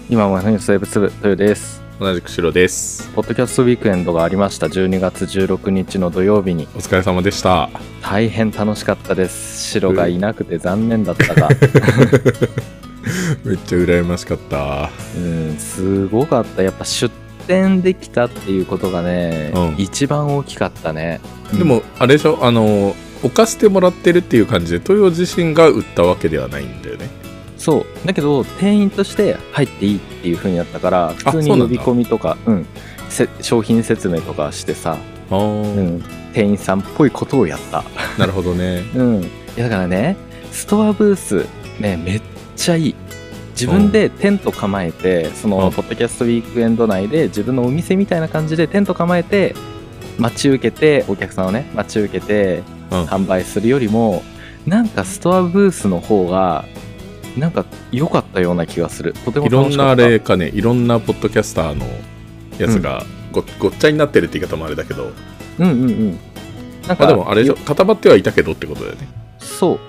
今もニュース生物部豊です。 同じく白です。 ポッドキャストウィークエンドがありました。12月16日の土曜日に。 お疲れ様でした。 大変楽しかったです。白がいなくて残念だったがめっちゃ羨ましかった。 すごかった。やっぱ出店できたっていうことがね、一番大きかったね。 でもあれでしょ、置かせてもらってるっていう感じで豊自身が売ったわけではないんだよね。 そうだけど店員として入っていいっていう風になったから、普通に呼び込みとか、商品説明とかしてさ、店員さんっぽいことをやった。 なるほどね。 いやだからね、ストアブースね、めっちゃいい。自分でテント構えて、そのポッドキャストウィークエンド内で自分のお店みたいな感じでテント構えて待ち受けて、お客さんをね待ち受けて販売するよりも、なんかストアブースの方がなんか良かったような気がする。とても楽しかった。 いろんなあれかね、いろんなポッドキャスターのやつがごっちゃになってるって言い方もあれだけど、なんかでもあれでしょ、固まってはいたけどってことだよね。 そう、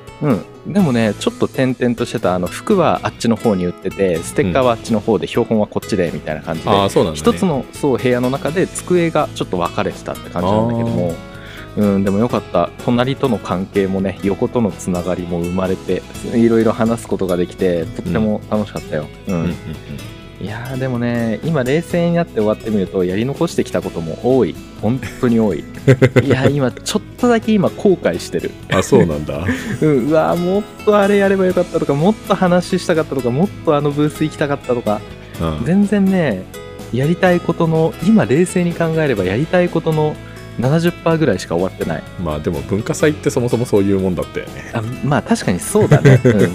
でもね、ちょっと点々としてた。服はあっちの方に売ってて、ステッカーはあっちの方で、標本はこっちでみたいな感じで、 そうなんだね、 一つの部屋の中で机がちょっと分かれてたって感じなんだけども、でもよかった。隣との関係もね、横とのつながりも生まれて、いろいろ話すことができて、とっても楽しかったよ。いやーでもね、今冷静になって終わってみると、やり残してきたことも多い。本当に多い。いや今ちょっとだけ後悔してる。 そうなんだ。 うわもっとあれやればよかったとか、もっと話したかったとか、もっとあのブース行きたかったとか、全然ね、やりたいことの、今冷静に考えればやりたいことの70% ぐらいしか終わってない。 まあでも文化祭ってそもそもそういうもんだったよね。 まあ確かにそうだね。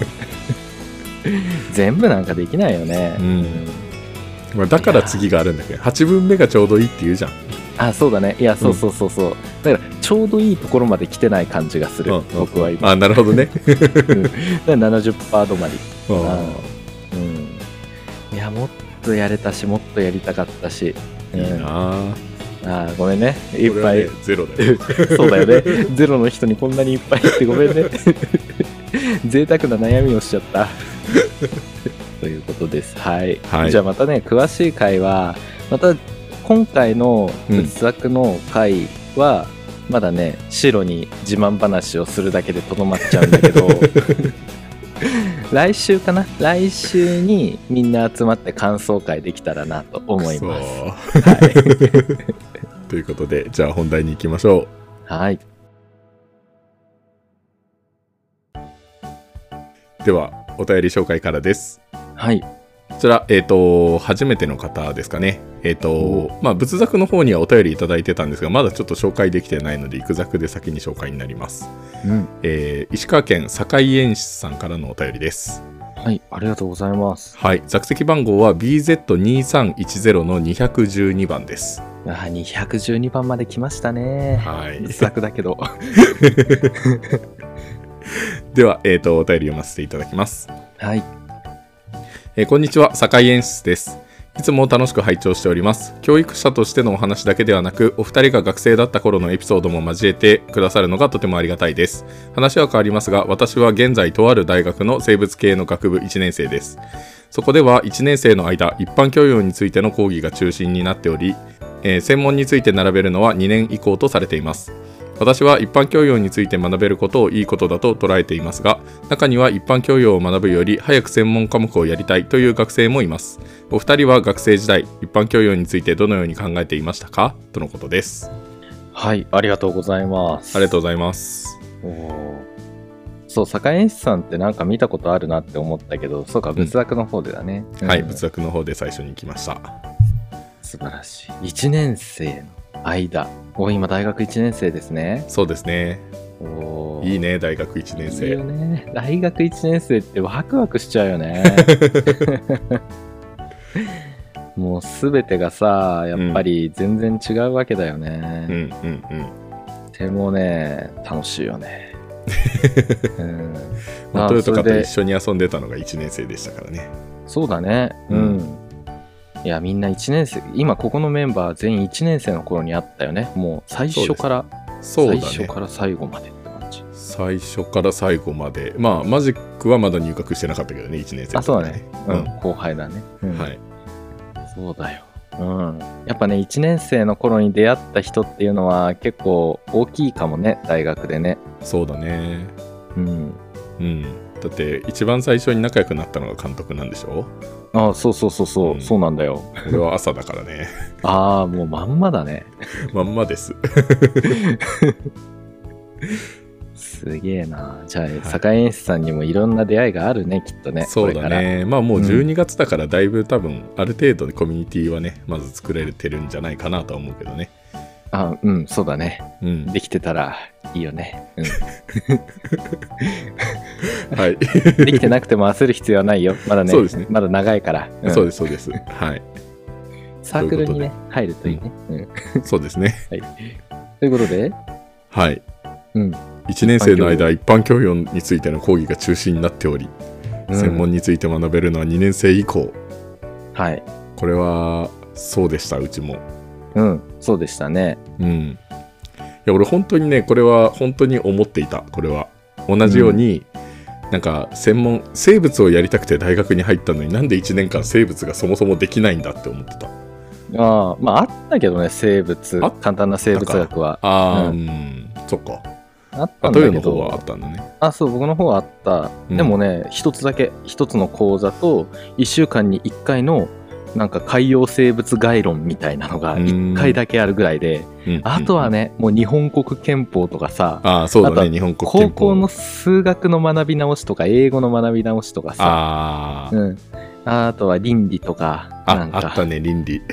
全部なんかできないよね。 だから次があるんだけど、8分目がちょうどいいって言うじゃん。 そうだね。いや、そうだからちょうどいいところまで来てない感じがする、僕は今。 なるほどね。 70% 止まり。いや、もっとやれたし、もっとやりたかったし。 いいなごめんね、いっぱい、 ゼロだよ。 そうだよね。ゼロの人にこんなにいっぱい言ってごめんね。贅沢な悩みをしちゃったということです。はい、じゃあまたね、詳しい回はまた今回の仏作の回はまだね、白に自慢話をするだけでとどまっちゃうんだけど来週かな、来週にみんな集まって感想会できたらなと思います。 ということで、じゃあ本題に行きましょう。はい。 ではお便り紹介からです。 はい。 こちら、初めての方ですかね。仏作の方にはお便りいただいてたんですが、まだちょっと紹介できてないので、育作で先に紹介になります。石川県堺演出さんからのお便りです。 はい、ありがとうございます。 はい、座席番号は BZ2310 の212番です。 212番まで来ましたね。仏作だけど。 では、お便り読ませていただきます。 はい。 こんにちは、堺演出です。いつも楽しく拝聴しております。教育者としてのお話だけではなく、お二人が学生だった頃のエピソードも交えてくださるのがとてもありがたいです。話は変わりますが、私は現在とある大学の生物系の学部1年生です。そこでは1年生の間、一般教養についての講義が中心になっており、専門について並べるのは2年以降とされています。私は一般教養について学べることをいいことだと捉えていますが、中には一般教養を学ぶより早く専門科目をやりたいという学生もいます。お二人は学生時代、一般教養についてどのように考えていましたか？とのことです。 はい、ありがとうございます。 ありがとうございます。 そう、堺演出さんってなんか見たことあるなって思ったけど、そうか、仏作の方でだね。 はい、仏作の方で最初に来ました。 素晴らしい。1年生の間、今大学1年生ですね。 そうですね。いいね、大学1年生。 いいよね。大学1年生ってワクワクしちゃうよね。もうすべてがさ、やっぱり全然違うわけだよね。でもね、楽しいよね。 トヨとかと一緒に遊んでたのが1年生でしたからね。 そうだね。いや、みんな1年生、今ここのメンバー全員1年生の頃に会ったよね。もう最初から、最初から最後までって感じ。 最初から最後まで、まあマジックはまだ入学してなかったけどね、1年生、ね、 あ、そうだね、後輩だね、 はい、 そうだよ、やっぱね1年生の頃に出会った人っていうのは結構大きいかもね、大学でね。 そうだね、だって一番最初に仲良くなったのが監督なんでしょ。 ああ、そう、そうなんだよ。 俺は朝だからね。 ああ、もうまんまだね。 まんまですすげえな。じゃあ堺演出さんにもいろんな出会いがあるね、きっとね。 そうだね。まあもう12月だからだいぶ多分ある程度のコミュニティはねまず作れてるんじゃないかなとは思うけどね。 あ、そうだね、できてたらいいよね。 はい。 できてなくても焦る必要はないよ。まだね。そうですね。まだ長いから。 そうです。はい。 サークルにね入るといいね。 そうですね。 はい。ということで、 はい。1年生の間一般教養についての講義が中心になっており、専門について学べるのは2年生以降。 はい。 これはそうでした、うちも。 そうでしたね。 いや俺本当にね、これは本当に思っていた。これは同じように、なんか専門生物をやりたくて大学に入ったのになんで1年間生物がそもそもできないんだって思ってた。 まああったけどね、生物、簡単な生物学は。 そっか。 あったんだけど。 トヨの方はあったんだね。 そう、僕の方はあった。でもね、一つだけ、一つの講座と1週間に1回のなんか海洋生物概論みたいなのが1回だけあるぐらいで、あとはね、もう日本国憲法とかさ、 そうだね、日本国憲法。 高校の数学の学び直しとか英語の学び直しとかさ、あとは倫理とか、 あったね、倫理。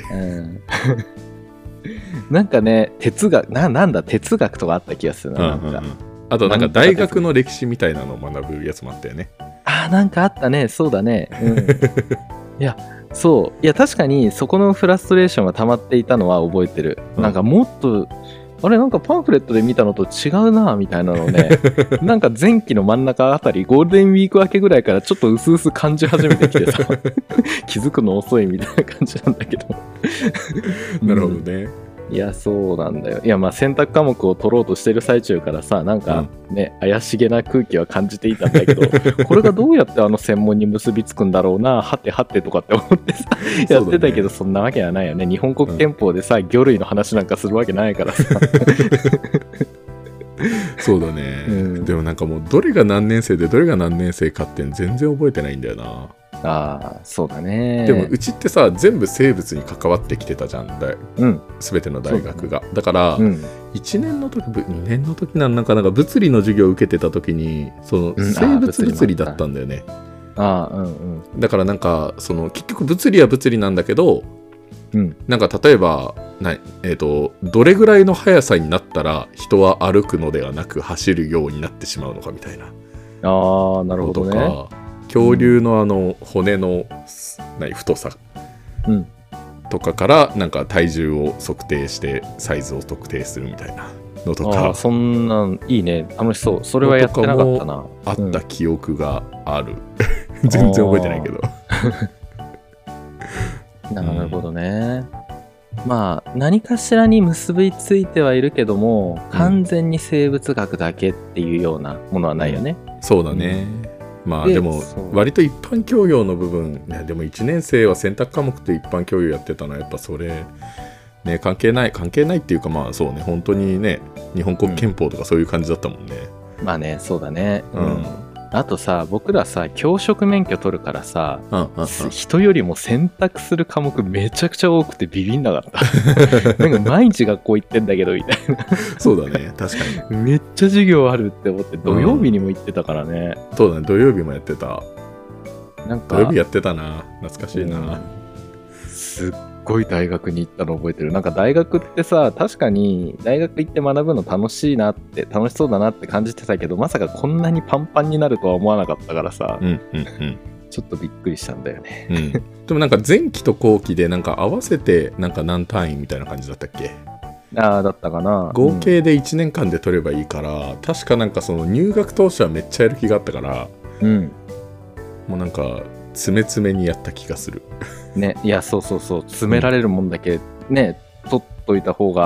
なんかね、哲学、なんだ、哲学とかあった気がするな。 あとなんか大学の歴史みたいなのを学ぶやつもあったよね。 なんかあったね、そうだね。いや、確かにそこのフラストレーションが溜まっていたのは覚えてる。なんかもっと、あれなんかパンフレットで見たのと違うなみたいなのをね、なんか前期の真ん中あたり、ゴールデンウィーク明けぐらいからちょっと薄々感じ始めてきてさ、気づくの遅いみたいな感じなんだけど。 なるほどね。 いや、そうなんだよ。いや、まあ選択科目を取ろうとしてる最中からさ、なんかね、怪しげな空気は感じていたんだけど、これがどうやってあの専門に結びつくんだろうな、はてはてとかって思ってさ、やってたけど、そんなわけはないよね。日本国憲法でさ、魚類の話なんかするわけないからさ。 そうだね、でもなんかもうどれが何年生でどれが何年生かって全然覚えてないんだよな。 そうだね。 でもうちってさ、全部生物に関わってきてたじゃん、全ての大学が。だから、1年の時、2年の時なんか物理の授業を受けてた時に、その生物物理だったんだよね。だからなんかその結局物理は物理なんだけど、なんか例えばどれぐらいの速さになったら人は歩くのではなく走るようになってしまうのかみたいな。 なるほどね。 恐竜の骨の太さとかからなんか体重を測定してサイズを特定するみたいなのとか。 そんなんいいね、楽しそう。それはやってなかったな。 あった記憶がある。全然覚えてないけど。 なるほどね。まあ何かしらに結びついてはいるけども、完全に生物学だけっていうようなものはないよね。 そうだね。まあでも割と一般教養の部分、でも1年生は選択科目と一般教養やってたのはやっぱそれね、関係ないっていうか、まあそうね、本当にね、日本国憲法とかそういう感じだったもんね。 まあね、そうだね。あとさ、僕らさ、教職免許取るからさ、人よりも選択する科目めちゃくちゃ多くてビビんなかった。なんか毎日学校行ってんだけどみたいな。 そうだね、確かに。めっちゃ授業あるって思って土曜日にも行ってたからね。 そうだね、土曜日もやってた。なんか土曜日やってたな、懐かしいな。 すっごい大学に行ったの覚えてる。なんか大学ってさ、確かに大学行って学ぶの楽しそうだなって感じてたけど、まさかこんなにパンパンになるとは思わなかったからさ、ちょっとびっくりしたんだよね。 でもなんか前期と後期でなんか合わせてなんか何単位みたいな感じだったっけ？ だったかな。 合計で1年間で取ればいいから、確かなんかその入学当初はめっちゃやる気があったから、もうなんか詰め詰めにやった気がする。ね、 いや、そう、詰められるもんだけね、取っといた方が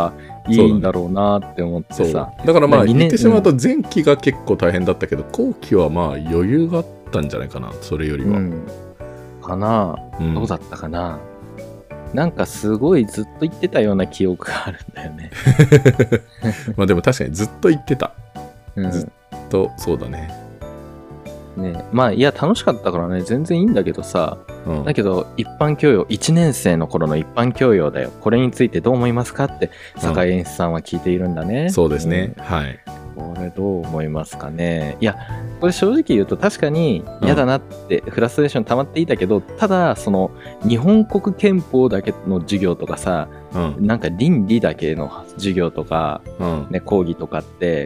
いいんだろうなって思ってさ。 だからまあ 2 言ってしまうと前期が結構大変だったけど、後期はまあ余裕があったんじゃないかな、それよりは。 かな、どうだったかな。なんかすごいずっと言ってたような記憶があるんだよね。 まあでも確かにずっと言ってた。ずっとそうだね。 まあいや楽しかったからね、全然いいんだけどさ、だけど一般教養、1年生の頃の一般教養だよ、これについてどう思いますかって酒井演出さんは聞いているんだね。 そうですね、はい。 これどう思いますかね。いやこれ正直言うと確かに嫌だなってフラストレーション溜まっていたけど、ただその日本国憲法だけの授業とかさ、なんか倫理だけの授業とか、講義とかって、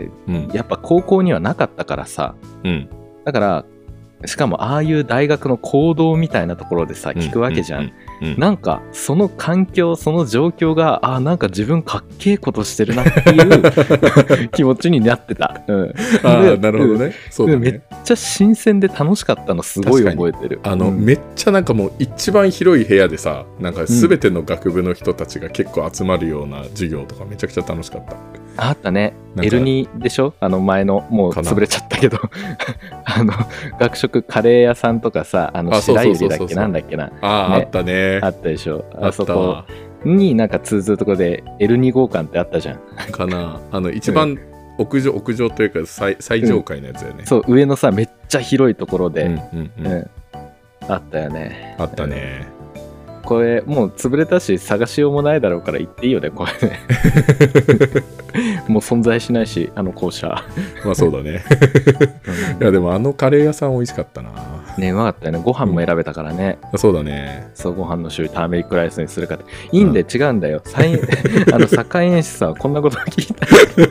やっぱ高校にはなかったからさ、だからしかもああいう大学の講堂みたいなところでさ聞くわけじゃん。なんかその環境、その状況がなんか自分かっけえことしてるなっていう気持ちになってた。 なるほどね。そうだね。 めっちゃ新鮮で楽しかったのすごい覚えてる。 めっちゃなんかもう一番広い部屋でさ、なんか全ての学部の人たちが結構集まるような授業とかめちゃくちゃ楽しかった。 あったね。L2 でしょ、前のもう潰れちゃったけど学食カレー屋さんとかさ、白百合だっけなんだっけな、 あったね。 あったでしょ。あそこになんか通ずるところで L2 号館ってあったじゃん。 かな。一番屋上というか最上階のやつだよね。 そう、上のさめっちゃ広いところで、あったよね。 あったね。 これもう潰れたし探しようもないだろうから行っていいよねこれね。もう存在しないし校舎。 まあそうだね。いやでもカレー屋さん美味しかったな。 ね、うまかったよね。ご飯も選べたからね。 そうだね。 そう、ご飯の種類ターメリックライスにするかっていいんで、違うんだよ。酒井演出さんはこんなこと聞い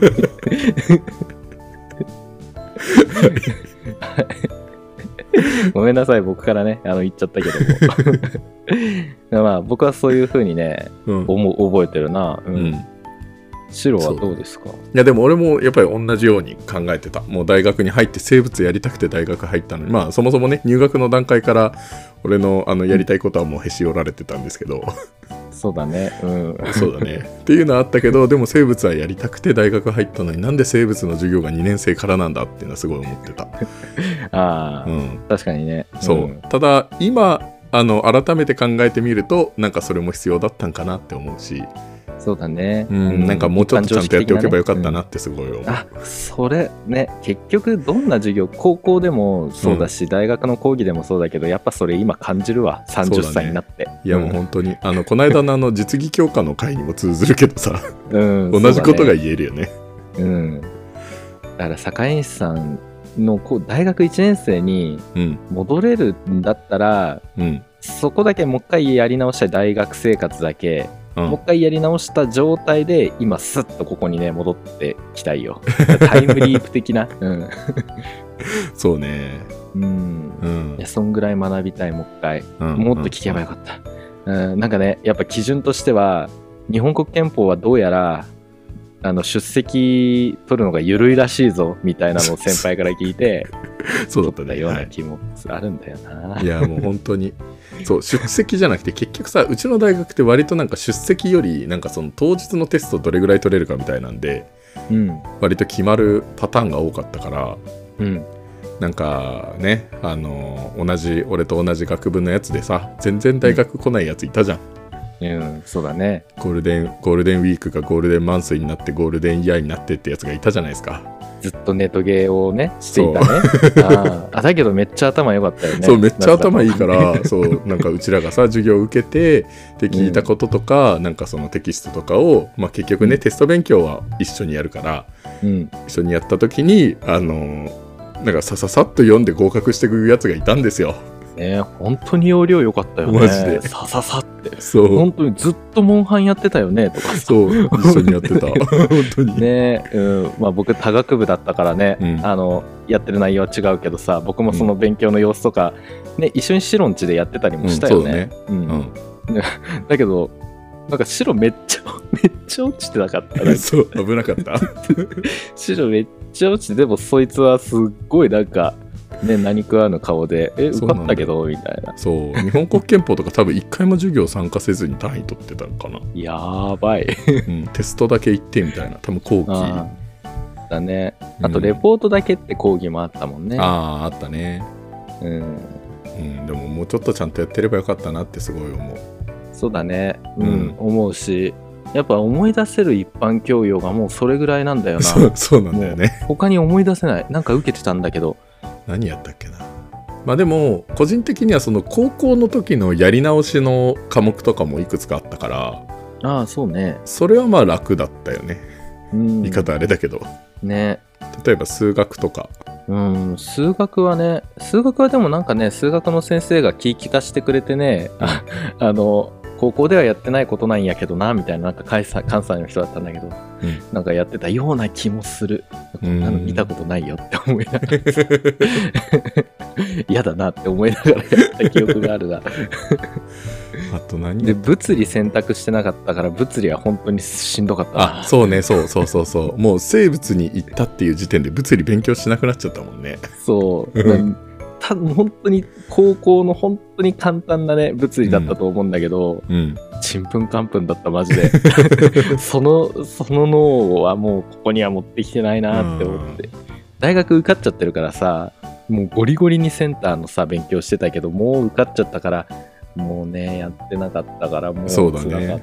た。ごめんなさい、僕からね言っちゃったけども。まあ僕はそういう風にね、覚えてるな。白はどうですか？いやでも俺もやっぱり同じように考えてた。もう大学に入って生物やりたくて大学入ったのに、まあそもそもね入学の段階から俺のやりたいことはもうへし折られてたんですけど。 そうだね。 そうだね。っていうのはあったけど、でも生物はやりたくて大学入ったのになんで生物の授業が2年生からなんだっていうのはすごい思ってた。 確かにね。 そう。ただ今改めて考えてみるとなんかそれも必要だったんかなって思うし。 そうだね。 なんかもうちょっとちゃんとやっておけばよかったなってすごい思う。 それね、結局どんな授業、高校でもそうだし、大学の講義でもそうだけど、やっぱそれ今感じるわ、30歳になって。 いやもう本当にこの間の実技強化の会にも通ずるけどさ、同じことが言えるよね。 だから坂井さんの大学1年生に戻れるんだったら、そこだけもう一回やり直したい、大学生活だけもう一回やり直した状態で今スッとここにね戻ってきたいよ。タイムリープ的な。 そうね。 いやそんぐらい学びたい。もう一回、もっと聞けばよかった。なんかねやっぱ基準としては日本国憲法はどうやら出席取るのが緩いらしいぞみたいなのを先輩から聞いてそうだったね。 ような気もあるんだよな。 いやもう本当にそう出席じゃなくて結局さ、うちの大学って割となんか出席よりなんかその当日のテストどれぐらい取れるかみたいなんで、割と決まるパターンが多かったから、なんかね俺と同じ学部のやつでさ全然大学来ないやついたじゃん。 そうだね。 ゴールデンウィークがゴールデンマンスになってゴールデンイヤーになってってやつがいたじゃないですか。 ずっとネトゲーをねしていたね。だけどめっちゃ頭良かったよね。 そうめっちゃ頭いいからそうなんかうちらがさ授業を受けてで聞いたこととか、なんかそのテキストとかを、まあ、結局ね、テスト勉強は一緒にやるから、一緒にやった時になんかさっと読んで合格してくるやつがいたんですよ。 本当に要領良かったよね。 マジでさって。 そう本当にずっとモンハンやってたよねとか。 そう一緒にやってた。本当にね。まあ僕多学部だったからね、やってる内容は違うけどさ、僕もその勉強の様子とかね、一緒にシロンチでやってたりもしたよね。だけどなんか白めっちゃ落ちてなかったね。 そう危なかった。 白めっちゃ落ちて、でもそいつはすっごいなんかね、何食わぬ顔で受かったけどみたいな。 そう日本国憲法とか多分一回も授業参加せずに単位取ってたのかな。 やばい、 テストだけ行ってみたいな、多分後期だね。あとレポートだけって講義もあったもんね。 あったね。でももうちょっとちゃんとやってればよかったなってすごい思う。 そうだね、思うし、やっぱ思い出せる一般教養がもうそれぐらいなんだよな。 そうなんだよね。 他に思い出せない。なんか受けてたんだけど。 何やったっけな。まあでも個人的にはその高校の時のやり直しの科目とかもいくつかあったから。 そうね。 それはまあ楽だったよね。言い方あれだけど。ね。例えば数学とか。 数学はね、数学はでもなんかね、数学の先生が聞かしてくれてね、高校ではやってないことなんやけどなみたいな、なんか関西の人だったんだけど、なんかやってたような気もする。見たことないよって思いながら嫌だなって思いながらやった記憶があるがあと何で物理選択してなかったから、物理は本当にしんどかったな。 そうね、そうもう生物に行ったっていう時点で物理勉強しなくなっちゃったもんね。 そう多分本当に高校の本当に簡単なね物理だったと思うんだけど、ちんぷんかんぷんだったマジでその脳はもうここには持ってきてないなって思って、大学受かっちゃってるからさ、もうゴリゴリにセンターのさ勉強してたけど、もう受かっちゃったからもうねやってなかったから、もう辛かったよ。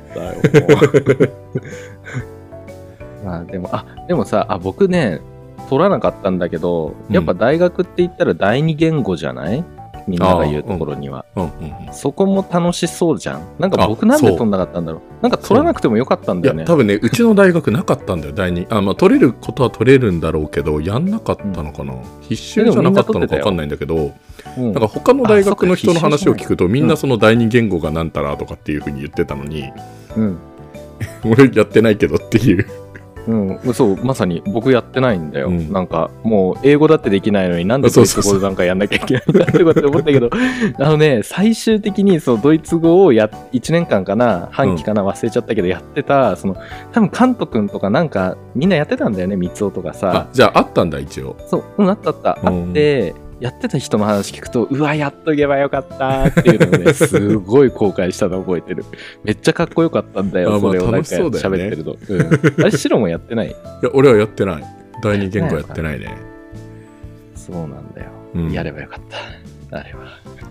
まあでもさ、僕ね取らなかったんだけど、やっぱ大学って言ったら第二言語じゃない？みんなが言うところには。そこも楽しそうじゃん。なんか僕なんで取んなかったんだろう。なんか取らなくてもよかったんだよね。 いや多分ね、うちの大学なかったんだよ、第二。まあ取れることは取れるんだろうけど、やんなかったのかな。必修じゃなかったのか分かんないんだけど、なんか他の大学の人の話を聞くと、みんなその第二言語がなんたらとかっていう風に言ってたのに、俺やってないけどっていう。そうまさに僕やってないんだよ、なんかもう英語だってできないのになんでドイツ語なんかやんなきゃいけないんだってこと思ったけど最終的にそのドイツ語を1年間かな半期かな忘れちゃったけどやってた、その多分カント君とかなんかみんなやってたんだよね、三尾とかさ。 じゃああったんだ一応。 そうあったあってやってた人の話聞くと、うわやっとけばよかったっていうのをねすごい後悔したの覚えてる。めっちゃかっこよかったんだよ、それをなんか喋ってると。あれシロもやってない？いや俺はやってない。第二言語やってないね。 そうなんだよ、やればよかったあれは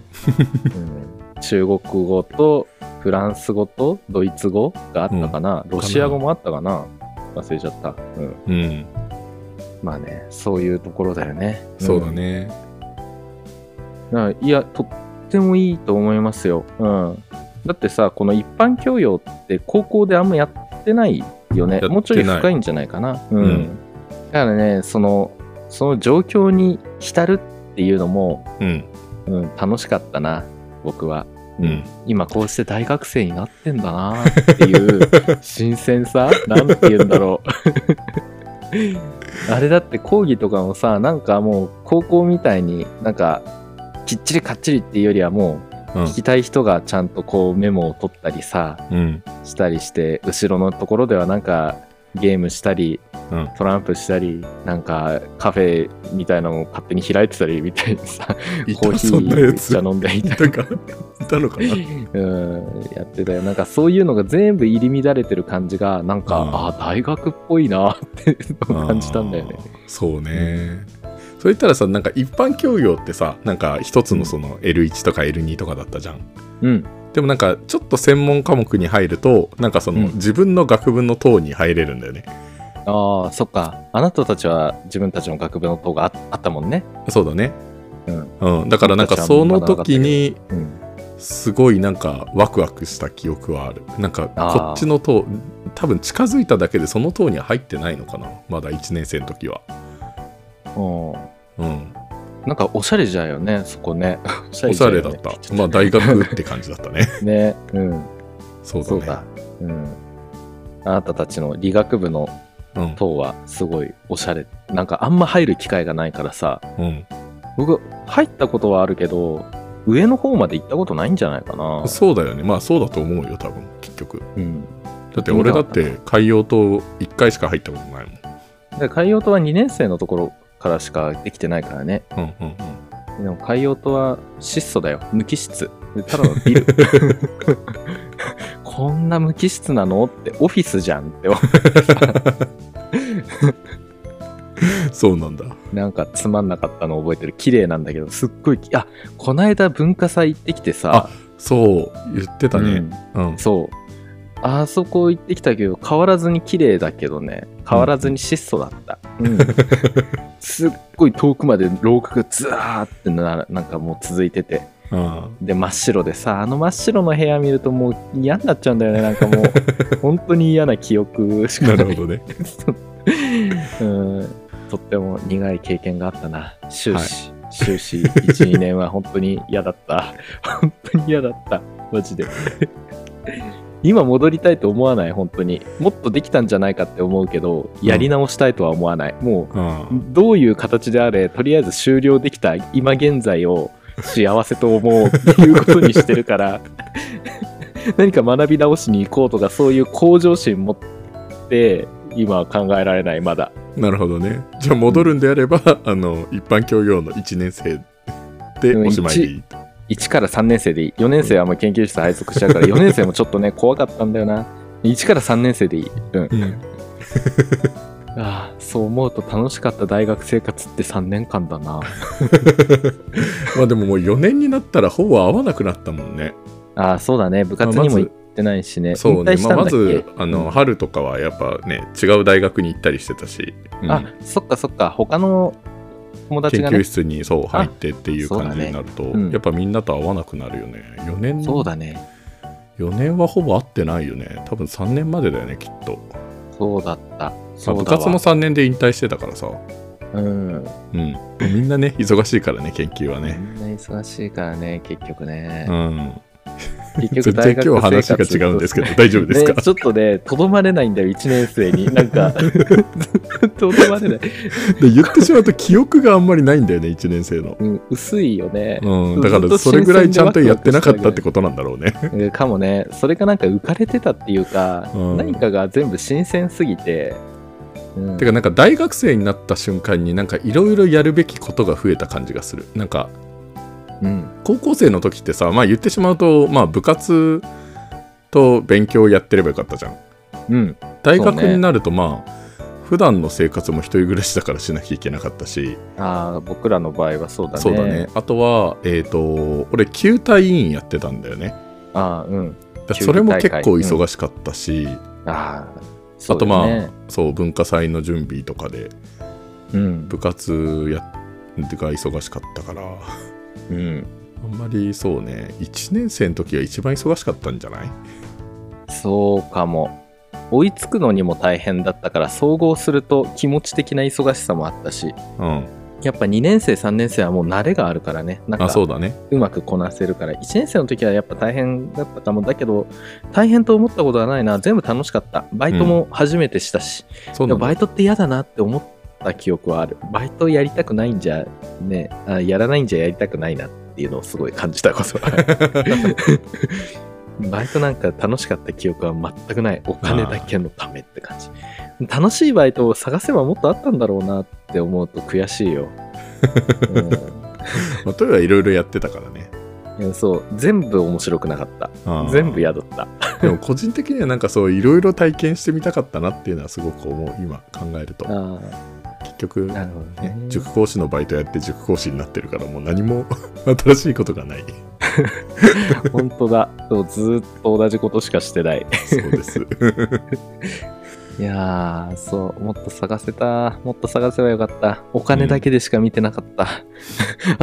中国語とフランス語とドイツ語があったかな、ロシア語もあったかな、忘れちゃった。まあね、そういうところだよね。 そうだね。 いや、とってもいいと思いますよ。だってさ、この一般教養って高校であんまやってないよね。もうちょい深いんじゃないかな。だからね、その状況に浸るっていうのも、楽しかったな、僕は。今こうして大学生になってんだなっていう新鮮さなんて言うんだろうあれだって講義とかもさ、なんかもう高校みたいになんかきっちりかっちりっていうよりはもう聞きたい人がちゃんとこうメモを取ったりさ、したりして、後ろのところではなんかゲームしたり、トランプしたり、なんかカフェみたいなのを勝手に開いてたりみたいにさ、コーヒーめっちゃ飲んでいたりとかいたのかなやってたよ。なんかそういうのが全部入り乱れてる感じがなんか、大学っぽいなって感じたんだよね。 そうね。そう言ったらさ、なんか一般教養ってさ、なんか一つのその L1 とか L2 とかだったじゃん。でもなんかちょっと専門科目に入ると、なんかその自分の学部の等に入れるんだよね。 そっか。あなたたちは自分たちの学部の等があったもんね。 そうだね。だからなんかその時にすごいなんかワクワクした記憶はある。なんかこっちの等、多分近づいただけでその等には入ってないのかな、まだ1年生の時は。なんかおしゃれじゃよね、そこね。 おしゃれだった。まあ大学って感じだったね。 ね、 そうだね。 あなたたちの理学部の等はすごいおしゃれ。なんかあんま入る機会がないからさ。僕入ったことはあるけど、上の方まで行ったことないんじゃないかな。 そうだよね。まあそうだと思うよ、多分結局。だって俺だって海洋島1回しか入ったことないもん。 海洋島は2年生のところからしかできてないからね。 でも海洋とは質素だよ。無機質。ただのビル。こんな無機質なのってオフィスじゃんって思ってさ。 そうなんだ。 なんかつまんなかったの覚えてる。綺麗なんだけど、すっごい、こないだ文化祭行ってきてさ。 そう言ってたね。 そう。あそこ行ってきたけど、変わらずに綺麗だけどね、変わらずに質素だった。すっごい遠くまで廊下がずーってなんかもう続いてて。で真っ白でさ、あの真っ白の部屋見るともう嫌になっちゃうんだよね。なんかもう本当に嫌な記憶しかない。 なるほどね。 とっても苦い経験があったな。終始 1、2年は本当に嫌だった。本当に嫌だった。マジで。今戻りたいと思わない。本当にもっとできたんじゃないかって思うけど、やり直したいとは思わない。もう、どういう形であれとりあえず終了できた今現在を幸せと思うっていうことにしてるから何か学び直しに行こうとかそういう向上心持って今は考えられない。まだ。 なるほどね。じゃあ戻るんであれば、一般教養の1年生でおしまいでいい。 1から3年生でいい。4年生はもう研究室配属しちゃうから、4年生もちょっとね怖かったんだよな。1から3年生でいい。そう思うと楽しかった大学生活って3年間だな。 まあでももう4年になったらほぼ会わなくなったもんね。 そうだね。部活にも行ってないしね。 そうね。まず春とかはやっぱね違う大学に行ったりしてたし。 そっかそっか。他の友達がね、 研究室に入ってっていう感じになると、やっぱみんなと会わなくなるよね。4年。 そうだね。 4年はほぼ会ってないよね。多分3年までだよね、きっと。 そうだった。 部活も3年で引退してたからさ。みんなね忙しいからね、研究はね。 みんな忙しいからね、結局ね。 結局大学生活今日話が違うんですけど大丈夫ですか？ ちょっとねとどまれないんだよ、1年生に。なんかとどまれない。 で言ってしまうと記憶があんまりないんだよね、1年生の。 薄いよね。 だからそれぐらいちゃんとやってなかったってことなんだろうね。 かもね。それがなんか浮かれてたっていうか、何かが全部新鮮すぎて。 てかなんか大学生になった瞬間になんかいろいろやるべきことが増えた感じがする。なんか高校生の時ってさ、言ってしまうと、部活と勉強をやってればよかったじゃん。大学になると普段の生活も一人暮らしだからしなきゃいけなかったし。 僕らの場合はそうだね。 そうだね。あとは俺球体委員やってたんだよね。それも結構忙しかったし、あとそう文化祭の準備とかで部活が忙しかったから。あんまりそうね、1年生の時は一番忙しかったんじゃない？ そうかも。追いつくのにも大変だったから、総合すると気持ち的な忙しさもあったし、やっぱ2年生3年生はもう慣れがあるからね。なんかそうだね、 うまくこなせるから。1年生の時はやっぱ大変だったかも。だけど大変と思ったことはないな。全部楽しかった。バイトも初めてしたし、バイトって嫌だなって思った記憶はある。バイトやりたくないんじゃね、やらないんじゃやりたくないなっていうのをすごい感じたことはバイトなんか楽しかった記憶は全くない。お金だけのためって感じ。楽しいバイトを探せばもっとあったんだろうなって思うと悔しいよ。 とにかくいろいろやってたからね。 そう、全部面白くなかった。全部宿った。 でも個人的にはなんかそういろいろ体験してみたかったなっていうのはすごく思う、今考えると。結局、塾講師のバイトやって塾講師になってるから、もう何も新しいことがない。 本当だ。ずっと同じことしかしてない。 そうです。 いやそう、もっと探せばよかった。お金だけでしか見てなかった。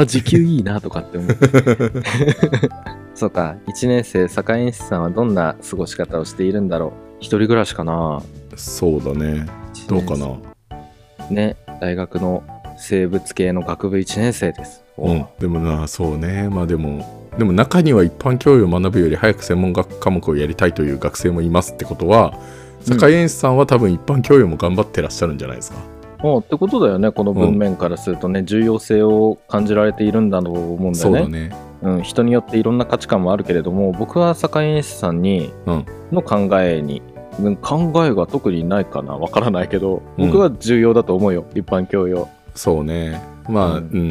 時給いいなとかって思って。そうか、1年生、坂園師さんはどんな過ごし方をしているんだろう。一人暮らしかな。 そうだね。どうかな。 ね、大学の生物系の学部1年生です。 でもな、そうね。でも中には一般教養を学ぶより早く専門学科目をやりたいという学生もいますってことは、坂園師さんは多分一般教養も頑張ってらっしゃるんじゃないですか。ってことだよね。この文面からするとね、重要性を感じられているんだと思うんだよね。 そうだね。 人によっていろんな価値観もあるけれども、僕は坂園師さんの考えが特にないかな、わからないけど、僕は重要だと思うよ、一般教養。 そうね。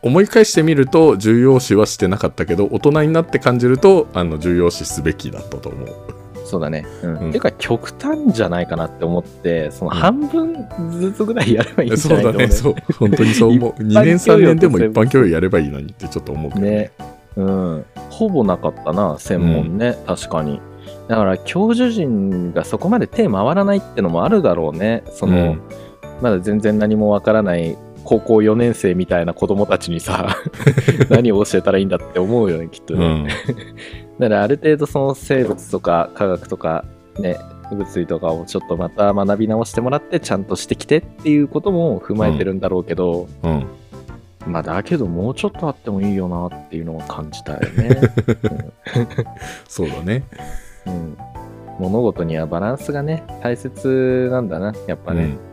思い返してみると重要視はしてなかったけど、大人になって感じると重要視すべきだったと思う。 そうだね。てか極端じゃないかなって思って、その半分ずつぐらいやればいいんじゃないかな、ね。 そうだね。そう本当にそう思う。2年3年でも一般教養やればいいのにってちょっと思うけどね。 ほぼなかったな、専門ね、確かに。だから教授陣がそこまで手回らないってのもあるだろうね。まだ全然何もわからない高校4年生みたいな子供たちにさ何を教えたらいいんだって思うよね、きっとね。だからある程度その生物とか科学とかね、物理とかをちょっとまた学び直してもらってちゃんとしてきてっていうことも踏まえてるんだろうけど、まあだけどもうちょっとあってもいいよなっていうのを感じたよね。 そうだね。 物事にはバランスがね大切なんだな、やっぱね。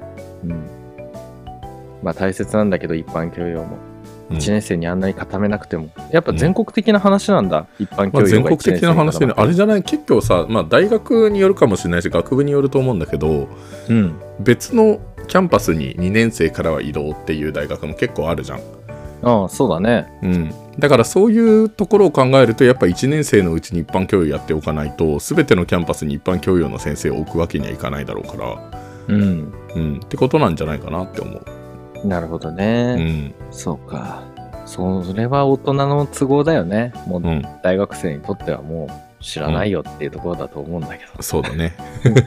まあ大切なんだけど一般教養も1年生にあんなに固めなくても、やっぱ全国的な話なんだ、一般教養が1年生に。 全国的な話で、ね、あれじゃない、結構さ、大学によるかもしれないし学部によると思うんだけど、別のキャンパスに2年生からは移動っていう大学も結構あるじゃん。 ああ、そうだね。 だからそういうところを考えると、やっぱ1年生のうちに一般教養やっておかないと、全てのキャンパスに一般教養の先生を置くわけにはいかないだろうから、ってことなんじゃないかなって思う。 なるほどね。そうか。それは大人の都合だよね。もう大学生にとってはもう知らないよっていうところだと思うんだけど。 そうだね。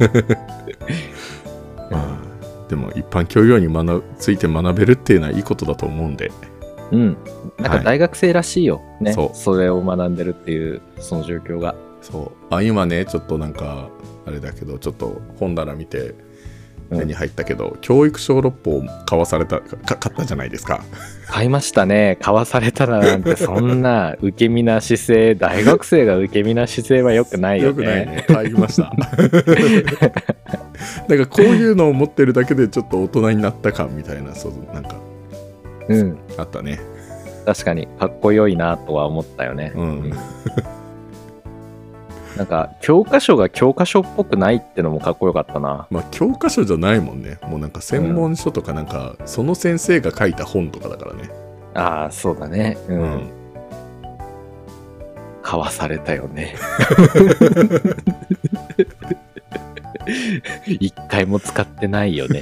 でも一般教養について学べるっていうのはいいことだと思うんで。 なんか大学生らしいよ、ね。それを学んでるっていうその状況が。 今ね、ちょっとなんかあれだけど、ちょっと本棚見て手に入ったけど、教育小六法を買ったじゃないですか。 買いましたね。買わされたらなんて、そんな受け身な姿勢、大学生が受け身な姿勢は良くないよね。 良くないね。買いました。なんかこういうのを持ってるだけでちょっと大人になった感みたいな、なんかあったね。 確かにかっこよいなとは思ったよね。なんか教科書が教科書っぽくないってのもかっこよかったな。 教科書じゃないもんね。もうなんか専門書とか、なんかその先生が書いた本とかだからね。 ああ、そうだね。買わされたよね。一回も使ってないよね。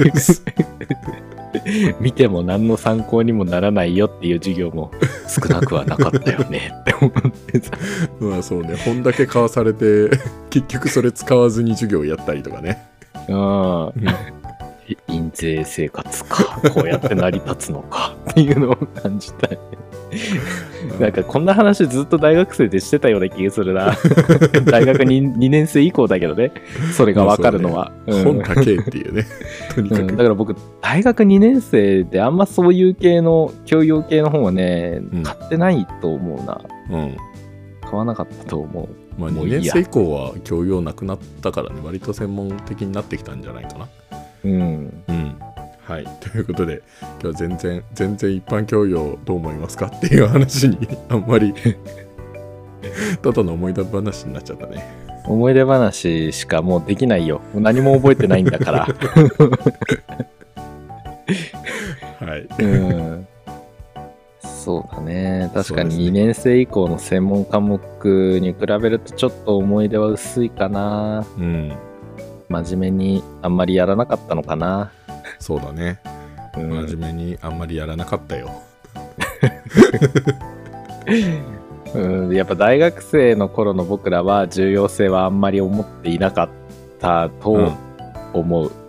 見ても何の参考にもならないよっていう授業も少なくはなかったよねって思ってさ。 そうね。本だけ買わされて結局それ使わずに授業やったりとかね。 印税生活か、こうやって成り立つのかっていうのを感じたい。なんかこんな話ずっと大学生でしてたような気がするな。大学 2年生以降だけどね、それが分かるのは。 本高えっていうね。とにかく。 だから僕大学2年生であんまそういう系の教養系の本はね、買ってないと思うな。買わなかったと思う。 2年生以降は教養なくなったからね、割と専門的になってきたんじゃないかな。はい、ということで今日は全然一般教養どう思いますかっていう話にあんまりただの思い出話になっちゃったね。 思い出話しかもうできないよ。何も覚えてないんだから。 はい。 そうだね。確かに2年生以降の専門科目に比べるとちょっと思い出は薄いかな。真面目にあんまりやらなかったのかな。 そうだね。真面目にあんまりやらなかったよ。 やっぱ大学生の頃の僕らは重要性はあんまり思っていなかったと思う。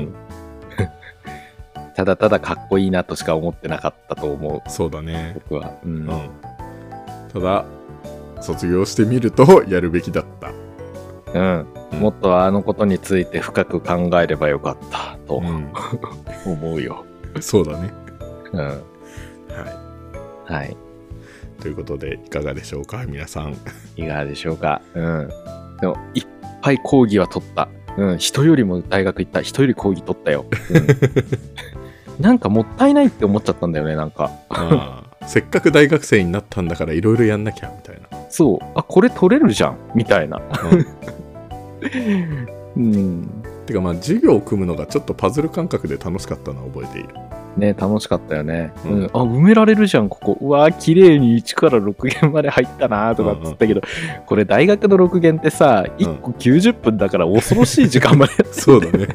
ただただかっこいいなとしか思ってなかったと思う。 そうだね。 僕は。 ただ卒業してみるとやるべきだった。 もっとあのことについて深く考えればよかったと、思うよ。 そうだね。 はい。 ということでいかがでしょうか皆さん。 いかがでしょうか。でもいっぱい講義は取った。人よりも大学行った。人より講義取ったよ。なんかもったいないって思っちゃったんだよね。なんかせっかく大学生になったんだからいろいろやんなきゃみたいな。 そう、これ取れるじゃんみたいな。 てか授業を組むのがちょっとパズル感覚で楽しかったのは覚えている。 ね、楽しかったよね。 うん。 あ、埋められるじゃん、ここ。うわー、綺麗に1から6限まで入ったなーとかっつったけど、これ大学の6限ってさ、1個90分だから恐ろしい時間までやってる。 そうだね。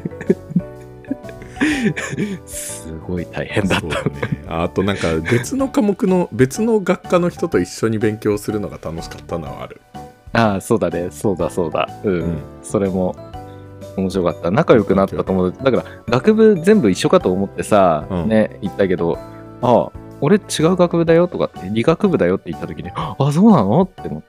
すごい大変だった。 そうだね。あとなんか別の科目の別の学科の人と一緒に勉強するのが楽しかったのはある。 ああ、そうだね。そうだ。うん。それも面白かった。仲良くなったと思う。だから学部全部一緒かと思ってさ、ね、言ったけど、ああ、俺違う学部だよとかって、理学部だよって言った時に、あ、そうなのって思って。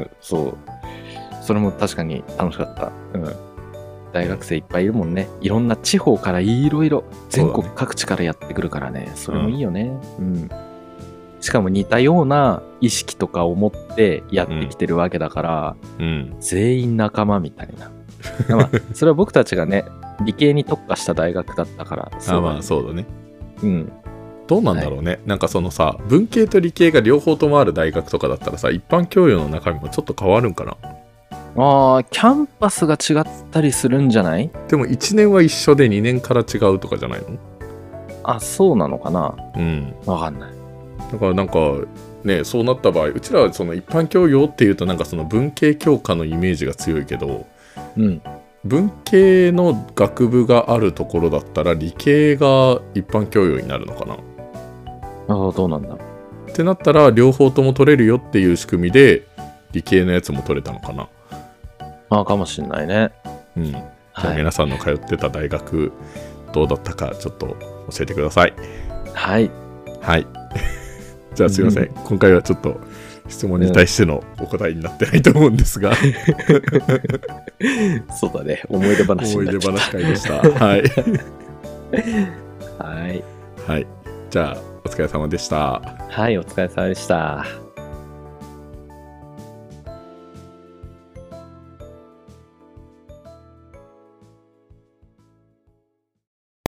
そう。それも確かに楽しかった。大学生いっぱいいるもんね。いろんな地方からいろいろ全国各地からやってくるからね。それもいいよね。しかも似たような意識とかを持ってやってきてるわけだから、全員仲間みたいな。まあ、それは僕たちがね、理系に特化した大学だったから。 まあそうだね。 うんどうなんだろうね、はい、なんかそのさ、文系と理系が両方ともある大学とかだったらさ、一般教養の中身もちょっと変わるんかな。 キャンパスが違ったりするんじゃない？ でも1年は一緒で2年から違うとかじゃないの？ あ、そうなのかな。わかんない。 だからなんかね、そうなった場合、うちらはその一般教養っていうとなんかその文系教科のイメージが強いけど、文系の学部があるところだったら理系が一般教養になるのかな。 どうなんだってなったら両方とも取れるよっていう仕組みで理系のやつも取れたのかな。 かもしんないね。 じゃあ皆さんの通ってた大学どうだったかちょっと教えてください。 はいじゃあすいません、今回はちょっと質問に対してのお答えになってないと思うんですが、 そうだね、思い出話会でした。はいはい、 じゃあお疲れ様でした。 はい、お疲れ様でした。